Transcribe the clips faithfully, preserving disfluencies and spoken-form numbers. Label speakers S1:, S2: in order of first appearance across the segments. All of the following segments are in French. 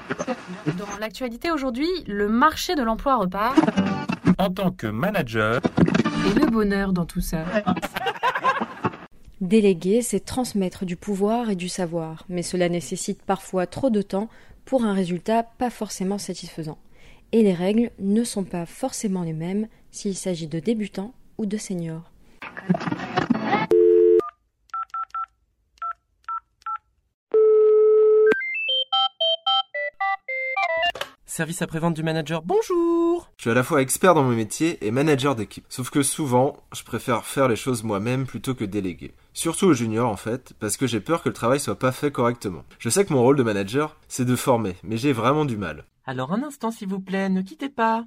S1: Dans l'actualité aujourd'hui, le marché de l'emploi repart.
S2: En tant que manager...
S1: Et le bonheur dans tout ça.
S3: Déléguer, c'est transmettre du pouvoir et du savoir, mais cela nécessite parfois trop de temps pour un résultat pas forcément satisfaisant. Et les règles ne sont pas forcément les mêmes s'il s'agit de débutants ou de seniors.
S4: Service après-vente du manager, bonjour!
S5: Je suis à la fois expert dans mon métier et manager d'équipe. Sauf que souvent, je préfère faire les choses moi-même plutôt que déléguer. Surtout aux juniors en fait, parce que j'ai peur que le travail soit pas fait correctement. Je sais que mon rôle de manager, c'est de former, mais j'ai vraiment du mal.
S4: Alors un instant s'il vous plaît, ne quittez pas.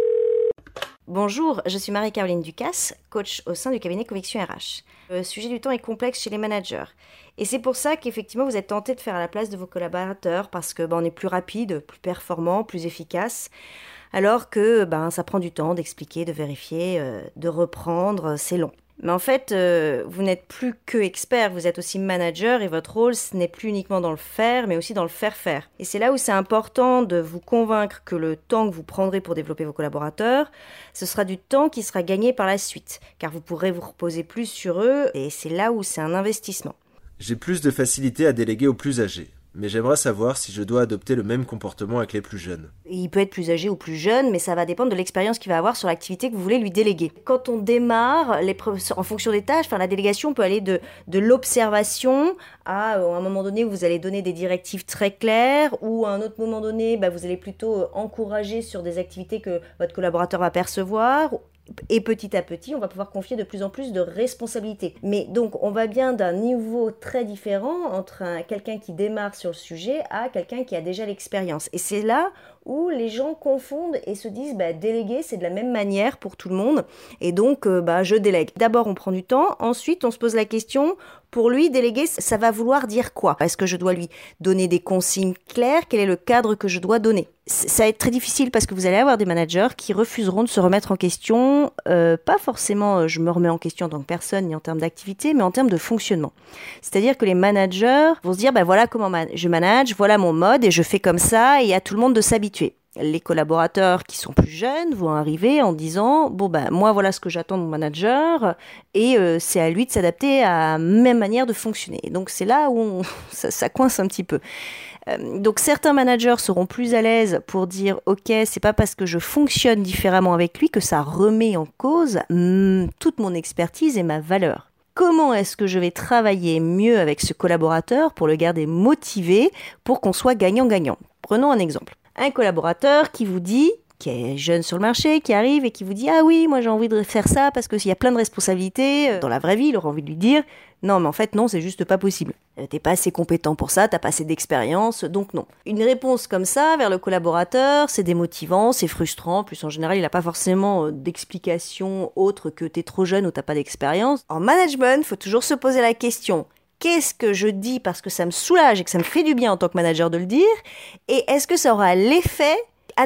S6: Bonjour, je suis Marie-Caroline Ducasse, coach au sein du cabinet Conviction R H. Le sujet du temps est complexe chez les managers. Et c'est pour ça qu'effectivement vous êtes tenté de faire à la place de vos collaborateurs parce que ben, on est plus rapide, plus performant, plus efficace. Alors que ben, ça prend du temps d'expliquer, de vérifier, euh, de reprendre, c'est long. Mais en fait, euh, vous n'êtes plus que expert, vous êtes aussi manager et votre rôle, ce n'est plus uniquement dans le faire, mais aussi dans le faire-faire. Et c'est là où c'est important de vous convaincre que le temps que vous prendrez pour développer vos collaborateurs, ce sera du temps qui sera gagné par la suite, car vous pourrez vous reposer plus sur eux, et c'est là où c'est un investissement.
S5: J'ai plus de facilité à déléguer aux plus âgés, mais j'aimerais savoir si je dois adopter le même comportement avec les plus jeunes.
S6: Il peut être plus âgé ou plus jeune, mais ça va dépendre de l'expérience qu'il va avoir sur l'activité que vous voulez lui déléguer. Quand on démarre, les pre- en fonction des tâches, enfin, la délégation peut aller de, de l'observation à, à un moment donné, où vous allez donner des directives très claires, ou à un autre moment donné, bah, vous allez plutôt encourager sur des activités que votre collaborateur va percevoir. Et petit à petit, on va pouvoir confier de plus en plus de responsabilités. Mais donc, on va bien d'un niveau très différent entre un, quelqu'un qui démarre sur le sujet à quelqu'un qui a déjà l'expérience. Et c'est là où les gens confondent et se disent bah, déléguer, c'est de la même manière pour tout le monde. Et donc, euh, bah, je délègue. D'abord, on prend du temps. Ensuite, on se pose la question, pour lui, déléguer, ça va vouloir dire quoi? Est-ce que je dois lui donner des consignes claires? Quel est le cadre que je dois donner? Ça va être très difficile parce que vous allez avoir des managers qui refuseront de se remettre en question, euh, pas forcément euh, je me remets en question en tant que personne ni en termes d'activité, mais en termes de fonctionnement. C'est-à-dire que les managers vont se dire, ben voilà comment man- je manage, voilà mon mode et je fais comme ça et à tout le monde de s'habituer. Les collaborateurs qui sont plus jeunes vont arriver en disant, bon ben moi voilà ce que j'attends de mon manager et euh, c'est à lui de s'adapter à ma même manière de fonctionner. Et donc c'est là où on, ça, ça coince un petit peu. Donc certains managers seront plus à l'aise pour dire ok, c'est pas parce que je fonctionne différemment avec lui que ça remet en cause hum, toute mon expertise et ma valeur. Comment est-ce que je vais travailler mieux avec ce collaborateur pour le garder motivé pour qu'on soit gagnant-gagnant? Prenons un exemple. Un collaborateur qui vous dit, qui est jeune sur le marché, qui arrive et qui vous dit « Ah oui, moi j'ai envie de faire ça parce qu'il y a plein de responsabilités. » Dans la vraie vie, il aura envie de lui dire « Non, mais en fait, non, c'est juste pas possible. T'es pas assez compétent pour ça, t'as pas assez d'expérience, donc non. » Une réponse comme ça vers le collaborateur, c'est démotivant, c'est frustrant. En plus, en général, il n'a pas forcément d'explication autre que « T'es trop jeune ou t'as pas d'expérience. » En management, il faut toujours se poser la question « Qu'est-ce que je dis parce que ça me soulage et que ça me fait du bien en tant que manager de le dire? Et est-ce que ça aura l'effet attendu? »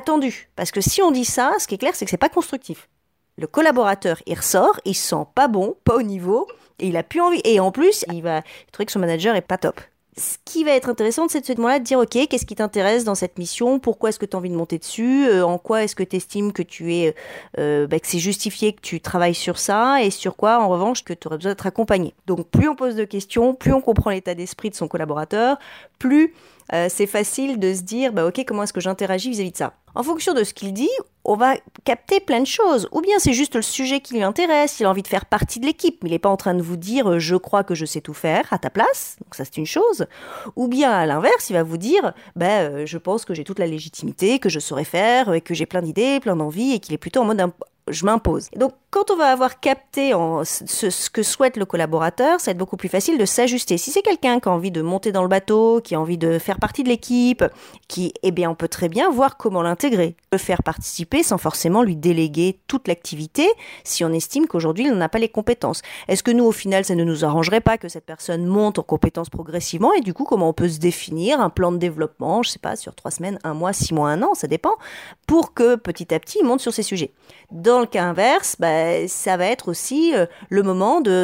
S6: Parce que si on dit ça, ce qui est clair, c'est que c'est pas constructif. Le collaborateur, il ressort, il se sent pas bon, pas au niveau, et il a plus envie. Et en plus, il va trouver que son manager est pas top. Ce qui va être intéressant, c'est de ce moment-là de dire, ok, qu'est-ce qui t'intéresse dans cette mission? Pourquoi est-ce que tu as envie de monter dessus? euh, En quoi est-ce que tu estimes que tu es, euh, bah, que c'est justifié que tu travailles sur ça? Et sur quoi, en revanche, que tu aurais besoin d'être accompagné? Donc, plus on pose de questions, plus on comprend l'état d'esprit de son collaborateur, plus euh, c'est facile de se dire, bah, ok, comment est-ce que j'interagis vis-à-vis de ça? En fonction de ce qu'il dit, on va capter plein de choses. Ou bien c'est juste le sujet qui lui intéresse, il a envie de faire partie de l'équipe, mais il n'est pas en train de vous dire « je crois que je sais tout faire à ta place », donc ça c'est une chose. Ou bien à l'inverse, il va vous dire bah, euh, « je pense que j'ai toute la légitimité, que je saurais faire, et que j'ai plein d'idées, plein d'envies, et qu'il est plutôt en mode imp- je m'impose ». Et donc quand on va avoir capté en ce, ce que souhaite le collaborateur, ça va être beaucoup plus facile de s'ajuster. Si c'est quelqu'un qui a envie de monter dans le bateau, qui a envie de faire partie de l'équipe, qui, eh bien, on peut très bien voir comment l'intégrer, le faire participer sans forcément lui déléguer toute l'activité si on estime qu'aujourd'hui il n'en a pas les compétences. Est-ce que nous, au final, ça ne nous arrangerait pas que cette personne monte en compétences progressivement et du coup, comment on peut se définir un plan de développement, je sais pas, sur trois semaines, un mois, six mois, un an, ça dépend, pour que petit à petit il monte sur ces sujets. Dans le cas inverse, bah, ça va être aussi euh, le moment de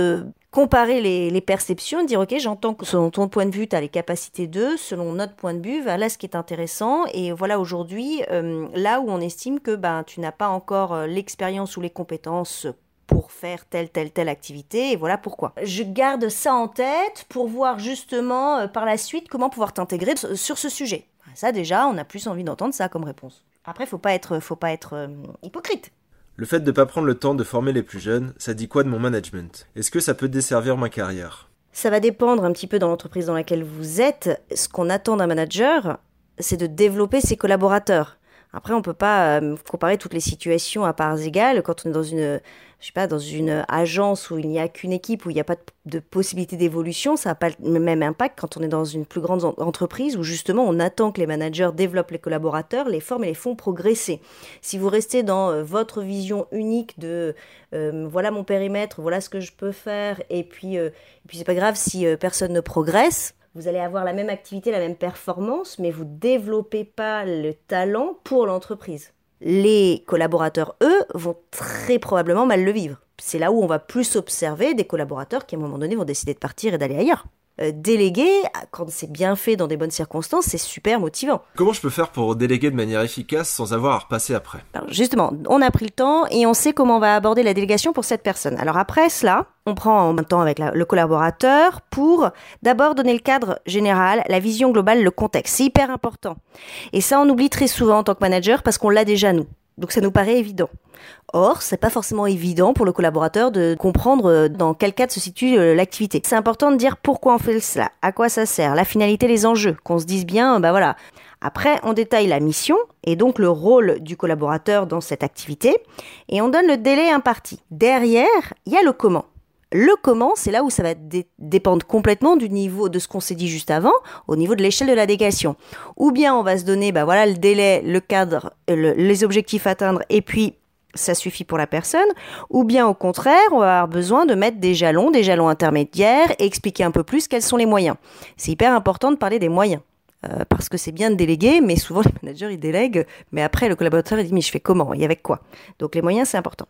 S6: comparer les, les perceptions et dire ok, j'entends que selon ton point de vue tu as les capacités d'eux, selon notre point de vue voilà ce qui est intéressant et voilà aujourd'hui euh, là où on estime que ben, tu n'as pas encore euh, l'expérience ou les compétences pour faire telle telle telle activité et voilà pourquoi. Je garde ça en tête pour voir justement euh, par la suite comment pouvoir t'intégrer sur ce sujet. Ça déjà on a plus envie d'entendre ça comme réponse. Après faut pas être, faut pas être euh, hypocrite.
S5: Le fait de ne pas prendre le temps de former les plus jeunes, ça dit quoi de mon management ? Est-ce que ça peut desservir ma carrière ?
S6: Ça va dépendre un petit peu dans l'entreprise dans laquelle vous êtes. Ce qu'on attend d'un manager, c'est de développer ses collaborateurs. Après, on ne peut pas euh, comparer toutes les situations à parts égales. Quand on est dans une, je sais pas, dans une agence où il n'y a qu'une équipe, où il n'y a pas de, de possibilité d'évolution, ça n'a pas le même impact quand on est dans une plus grande en- entreprise où justement on attend que les managers développent les collaborateurs, les forment et les font progresser. Si vous restez dans euh, votre vision unique de euh, voilà mon périmètre, voilà ce que je peux faire, et puis, euh, et puis c'est pas grave si euh, personne ne progresse, vous allez avoir la même activité, la même performance, mais vous ne développez pas le talent pour l'entreprise. Les collaborateurs, eux, vont très probablement mal le vivre. C'est là où on va plus observer des collaborateurs qui, à un moment donné, vont décider de partir et d'aller ailleurs. Euh, déléguer, quand c'est bien fait dans des bonnes circonstances, c'est super motivant.
S5: Comment je peux faire pour déléguer de manière efficace sans avoir à repasser après ?
S6: Alors justement, on a pris le temps et on sait comment on va aborder la délégation pour cette personne. Alors après cela, on prend en même temps avec la, le collaborateur pour d'abord donner le cadre général, la vision globale, le contexte. C'est hyper important. Et ça, on oublie très souvent en tant que manager parce qu'on l'a déjà nous. Donc ça nous paraît évident. Or, c'est pas forcément évident pour le collaborateur de comprendre dans quel cadre se situe l'activité. C'est important de dire pourquoi on fait cela, à quoi ça sert, la finalité, les enjeux, qu'on se dise bien, bah voilà. Après, on détaille la mission et donc le rôle du collaborateur dans cette activité et on donne le délai imparti. Derrière, il y a le comment. Le comment, c'est là où ça va dé- dépendre complètement du niveau de ce qu'on s'est dit juste avant, au niveau de l'échelle de la délégation. Ou bien on va se donner, bah voilà, le délai, le cadre, le, les objectifs à atteindre, et puis ça suffit pour la personne. Ou bien au contraire, on va avoir besoin de mettre des jalons, des jalons intermédiaires, et expliquer un peu plus quels sont les moyens. C'est hyper important de parler des moyens. Euh, parce que c'est bien de déléguer, mais souvent les managers ils délèguent, mais après le collaborateur il dit mais je fais comment et avec quoi. Donc les moyens c'est important.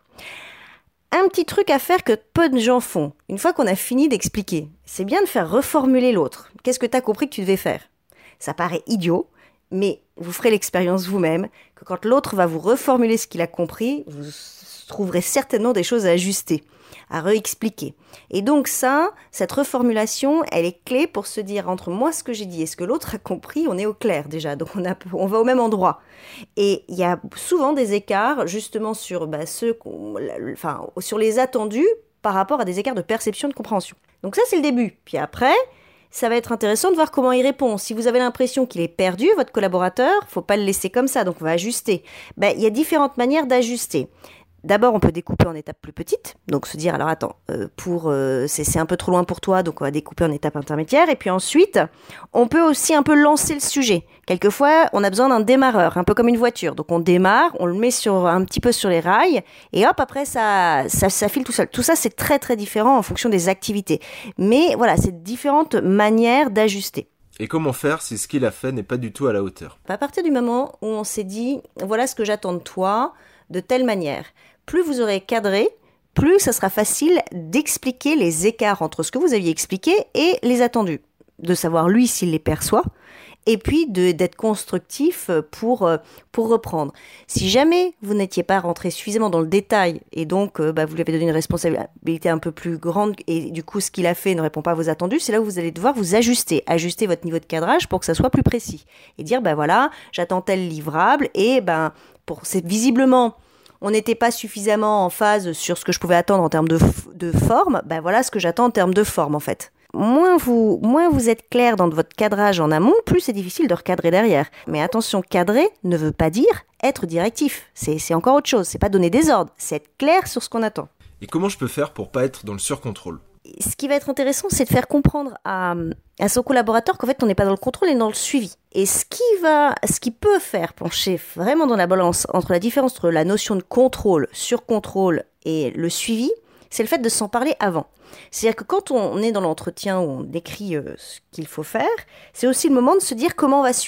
S6: Un petit truc à faire que peu de gens font, une fois qu'on a fini d'expliquer, c'est bien de faire reformuler l'autre. Qu'est-ce que tu as compris que tu devais faire ? Ça paraît idiot, mais vous ferez l'expérience vous-même, que quand l'autre va vous reformuler ce qu'il a compris, vous trouverez certainement des choses à ajuster, à réexpliquer. Et donc ça, cette reformulation, elle est clé pour se dire entre moi ce que j'ai dit et ce que l'autre a compris, on est au clair déjà, donc on, a, on va au même endroit. Et il y a souvent des écarts justement sur, bah, ceux, enfin, sur les attendus par rapport à des écarts de perception de compréhension. Donc ça c'est le début. Puis après, ça va être intéressant de voir comment il répond. Si vous avez l'impression qu'il est perdu, votre collaborateur, faut pas le laisser comme ça, donc on va ajuster. Ben, il y a différentes manières d'ajuster. D'abord, on peut découper en étapes plus petites, donc se dire, alors attends, euh, pour, euh, c'est, c'est un peu trop loin pour toi, donc on va découper en étapes intermédiaires, et puis ensuite, on peut aussi un peu lancer le sujet. Quelquefois, on a besoin d'un démarreur, un peu comme une voiture, donc on démarre, on le met sur, un petit peu sur les rails, et hop, après, ça, ça, ça file tout seul. Tout ça, c'est très très différent en fonction des activités. Mais voilà, c'est différentes manières d'ajuster.
S5: Et comment faire si ce qu'il a fait n'est pas du tout à la hauteur ?
S6: À partir du moment où on s'est dit, voilà ce que j'attends de toi, de telle manière, plus vous aurez cadré, plus ça sera facile d'expliquer les écarts entre ce que vous aviez expliqué et les attendus. De savoir lui s'il les perçoit, et puis de, d'être constructif pour, pour reprendre. Si jamais vous n'étiez pas rentré suffisamment dans le détail, et donc bah, vous lui avez donné une responsabilité un peu plus grande, et du coup ce qu'il a fait ne répond pas à vos attendus, c'est là où vous allez devoir vous ajuster, ajuster votre niveau de cadrage pour que ça soit plus précis. Et dire, ben bah, voilà, j'attends tel livrable, et ben pour c'est visiblement... on n'était pas suffisamment en phase sur ce que je pouvais attendre en termes de, f- de forme, ben voilà ce que j'attends en termes de forme en fait. Moins vous, moins vous êtes clair dans votre cadrage en amont, plus c'est difficile de recadrer derrière. Mais attention, cadrer ne veut pas dire être directif. C'est, c'est encore autre chose, c'est pas donner des ordres, c'est être clair sur ce qu'on attend.
S5: Et comment je peux faire pour pas être dans le surcontrôle ?
S6: Ce qui va être intéressant, c'est de faire comprendre à, à son collaborateur qu'en fait, on n'est pas dans le contrôle, on est dans le suivi. Et ce qui va, ce qui peut faire pencher vraiment dans la balance entre la différence entre la notion de contrôle, surcontrôle et le suivi, c'est le fait de s'en parler avant. C'est-à-dire que quand on est dans l'entretien où on décrit euh, ce qu'il faut faire, c'est aussi le moment de se dire comment on va suivre.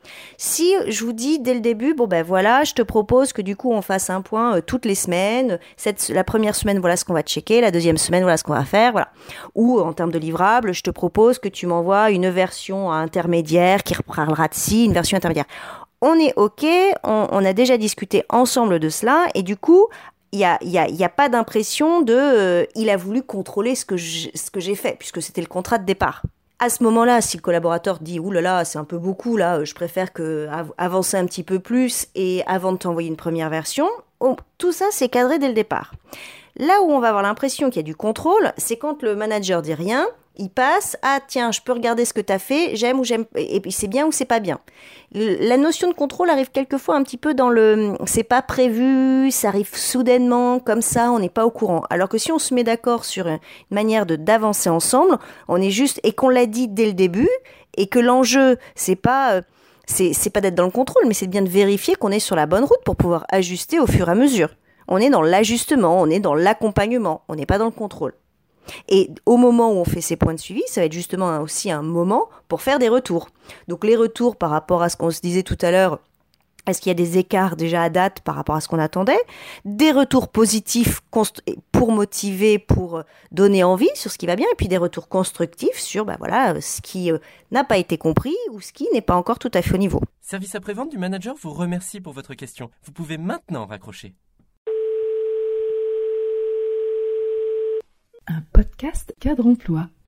S6: Si je vous dis dès le début, bon ben voilà, je te propose que du coup on fasse un point euh, toutes les semaines, cette, la première semaine voilà ce qu'on va checker, la deuxième semaine voilà ce qu'on va faire, voilà. Ou en termes de livrables, je te propose que tu m'envoies une version intermédiaire qui reparlera de ci, une version intermédiaire. On est ok, on, on a déjà discuté ensemble de cela et du coup il n'y a, y a, y a pas d'impression de euh, il a voulu contrôler ce que, je, ce que j'ai fait puisque c'était le contrat de départ. À ce moment-là, si le collaborateur dit « Ouh là là, c'est un peu beaucoup, là, je préfère que av- avancer un petit peu plus et avant de t'envoyer une première version oh, », tout ça, c'est cadré dès le départ. Là où on va avoir l'impression qu'il y a du contrôle, c'est quand le manager dit rien, il passe « Ah tiens, je peux regarder ce que tu as fait, j'aime ou j'aime, et puis c'est bien ou c'est pas bien ». La notion de contrôle arrive quelquefois un petit peu dans le « c'est pas prévu, ça arrive soudainement, comme ça, on n'est pas au courant ». Alors que si on se met d'accord sur une manière de d'avancer ensemble, on est juste, et qu'on l'a dit dès le début, et que l'enjeu, c'est pas... Euh, c'est, c'est pas d'être dans le contrôle, mais c'est bien de vérifier qu'on est sur la bonne route pour pouvoir ajuster au fur et à mesure. On est dans l'ajustement, on est dans l'accompagnement, on n'est pas dans le contrôle. Et au moment où on fait ces points de suivi, ça va être justement aussi un moment pour faire des retours. Donc les retours par rapport à ce qu'on se disait tout à l'heure, est-ce qu'il y a des écarts déjà à date par rapport à ce qu'on attendait? Des retours positifs const- pour motiver, pour donner envie sur ce qui va bien, et puis des retours constructifs sur bah voilà, ce qui euh, n'a pas été compris ou ce qui n'est pas encore tout à fait au niveau.
S4: Service après-vente du manager vous remercie pour votre question. Vous pouvez maintenant raccrocher.
S7: Un podcast Cadre Emploi.